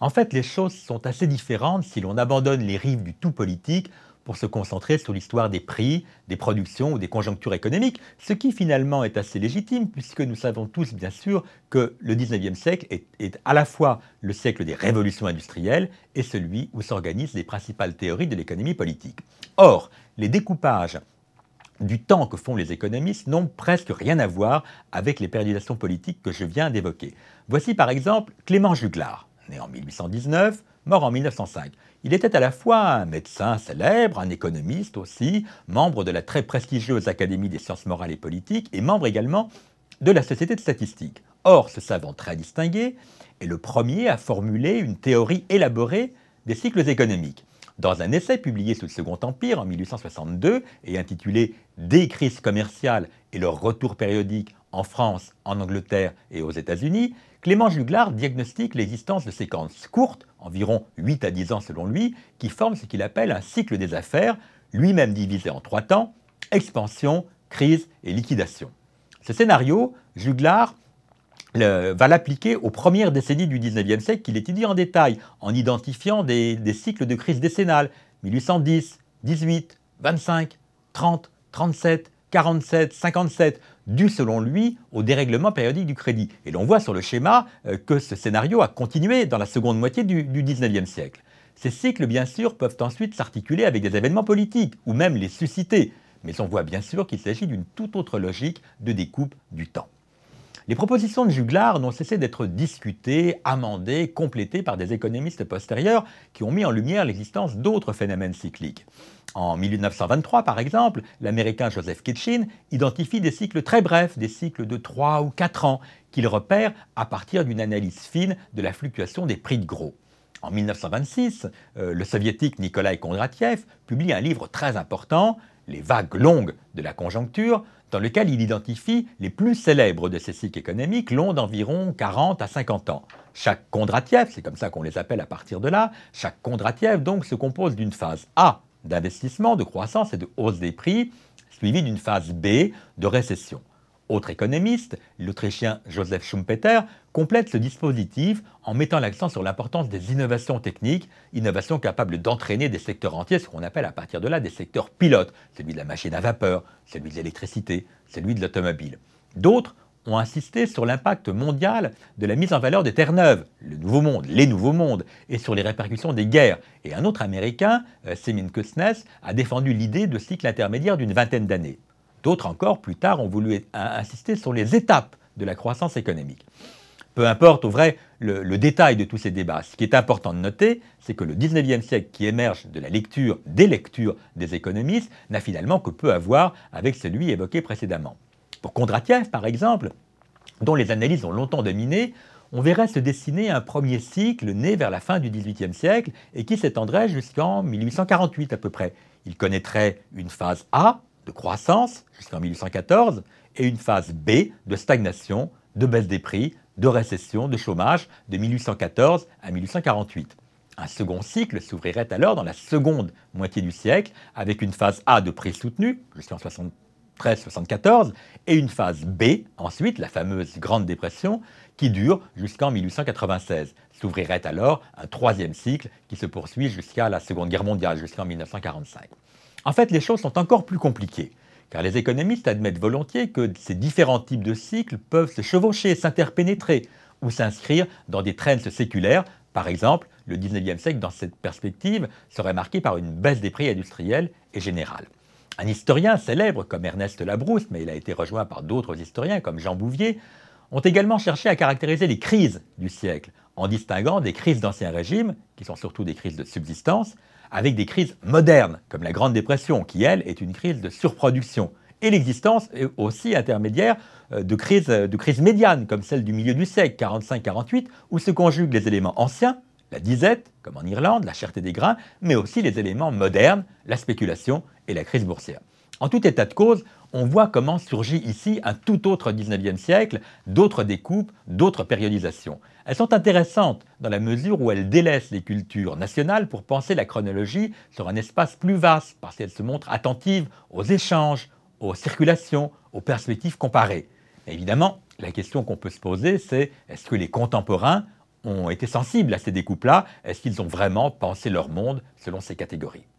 En fait, les choses sont assez différentes si l'on abandonne les rives du tout politique pour se concentrer sur l'histoire des prix, des productions ou des conjonctures économiques, ce qui finalement est assez légitime puisque nous savons tous bien sûr que le 19e siècle est à la fois le siècle des révolutions industrielles et celui où s'organisent les principales théories de l'économie politique. Or, les découpages du temps que font les économistes n'ont presque rien à voir avec les périodisations politiques que je viens d'évoquer. Voici par exemple Clément Juglar, né en 1819, mort en 1905. Il était à la fois un médecin célèbre, un économiste aussi, membre de la très prestigieuse Académie des sciences morales et politiques et membre également de la Société de statistique. Or, ce savant très distingué est le premier à formuler une théorie élaborée des cycles économiques. Dans un essai publié sous le Second Empire en 1862 et intitulé Des crises commerciales et leur retour périodique en France, en Angleterre et aux États-Unis, Clément Juglar diagnostique l'existence de séquences courtes, environ 8 à 10 ans selon lui, qui forment ce qu'il appelle un cycle des affaires, lui-même divisé en 3 temps, expansion, crise et liquidation. Ce scénario, Juglar va l'appliquer aux premières décennies du 19e siècle qu'il étudie en détail, en identifiant des cycles de crise décennale, 1810, 18, 25, 30, 37, 47, 57, dus selon lui au dérèglement périodique du crédit. Et l'on voit sur le schéma que ce scénario a continué dans la seconde moitié du 19e siècle. Ces cycles, bien sûr, peuvent ensuite s'articuler avec des événements politiques, ou même les susciter, mais on voit bien sûr qu'il s'agit d'une toute autre logique de découpe du temps. Les propositions de Juglar n'ont cessé d'être discutées, amendées, complétées par des économistes postérieurs qui ont mis en lumière l'existence d'autres phénomènes cycliques. En 1923, par exemple, l'Américain Joseph Kitchin identifie des cycles très brefs, des cycles de 3 ou 4 ans, qu'il repère à partir d'une analyse fine de la fluctuation des prix de gros. En 1926, le soviétique Nikolai Kondratiev publie un livre très important, Les vagues longues de la conjoncture, dans lequel il identifie les plus célèbres de ces cycles économiques, longs d'environ 40 à 50 ans. Chaque Kondratiev, c'est comme ça qu'on les appelle à partir de là, chaque Kondratiev donc se compose d'une phase A d'investissement, de croissance et de hausse des prix, suivie d'une phase B de récession. Autre économiste, l'Autrichien Joseph Schumpeter, complète ce dispositif en mettant l'accent sur l'importance des innovations techniques, innovations capables d'entraîner des secteurs entiers, ce qu'on appelle à partir de là des secteurs pilotes, celui de la machine à vapeur, celui de l'électricité, celui de l'automobile. D'autres ont insisté sur l'impact mondial de la mise en valeur des terres neuves, le nouveau monde, les nouveaux mondes, et sur les répercussions des guerres. Et un autre américain, Semin Kuznets, a défendu l'idée de cycle intermédiaire d'une vingtaine d'années. D'autres encore, plus tard, ont voulu insister sur les étapes de la croissance économique. Peu importe, au vrai, le détail de tous ces débats. Ce qui est important de noter, c'est que le 19e siècle qui émerge de la lecture, des lectures des économistes, n'a finalement que peu à voir avec celui évoqué précédemment. Pour Kondratiev, par exemple, dont les analyses ont longtemps dominé, on verrait se dessiner un premier cycle né vers la fin du XVIIIe siècle et qui s'étendrait jusqu'en 1848 à peu près. Il connaîtrait une phase A, de croissance jusqu'en 1814 et une phase B de stagnation, de baisse des prix, de récession, de chômage de 1814 à 1848. Un second cycle s'ouvrirait alors dans la seconde moitié du siècle avec une phase A de prix soutenu jusqu'en 73-74 et une phase B, ensuite la fameuse Grande Dépression, qui dure jusqu'en 1896. S'ouvrirait alors un troisième cycle qui se poursuit jusqu'à la Seconde Guerre mondiale, jusqu'en 1945. En fait, les choses sont encore plus compliquées, car les économistes admettent volontiers que ces différents types de cycles peuvent se chevaucher, s'interpénétrer ou s'inscrire dans des trends séculaires. Par exemple, le 19e siècle, dans cette perspective, serait marqué par une baisse des prix industriels et générale. Un historien célèbre comme Ernest Labrousse, mais il a été rejoint par d'autres historiens comme Jean Bouvier, ont également cherché à caractériser les crises du siècle, en distinguant des crises d'ancien régime, qui sont surtout des crises de subsistance, avec des crises modernes, comme la Grande Dépression, qui, elle, est une crise de surproduction, et l'existence aussi intermédiaire de crises médianes, comme celle du milieu du siècle, 45-48, où se conjuguent les éléments anciens, la disette, comme en Irlande, la cherté des grains, mais aussi les éléments modernes, la spéculation et la crise boursière. En tout état de cause, on voit comment surgit ici un tout autre 19e siècle, d'autres découpes, d'autres périodisations. Elles sont intéressantes dans la mesure où elles délaissent les cultures nationales pour penser la chronologie sur un espace plus vaste, parce qu'elles se montrent attentives aux échanges, aux circulations, aux perspectives comparées. Et évidemment, la question qu'on peut se poser, c'est est-ce que les contemporains ont été sensibles à ces découpes-là? Est-ce qu'ils ont vraiment pensé leur monde selon ces catégories?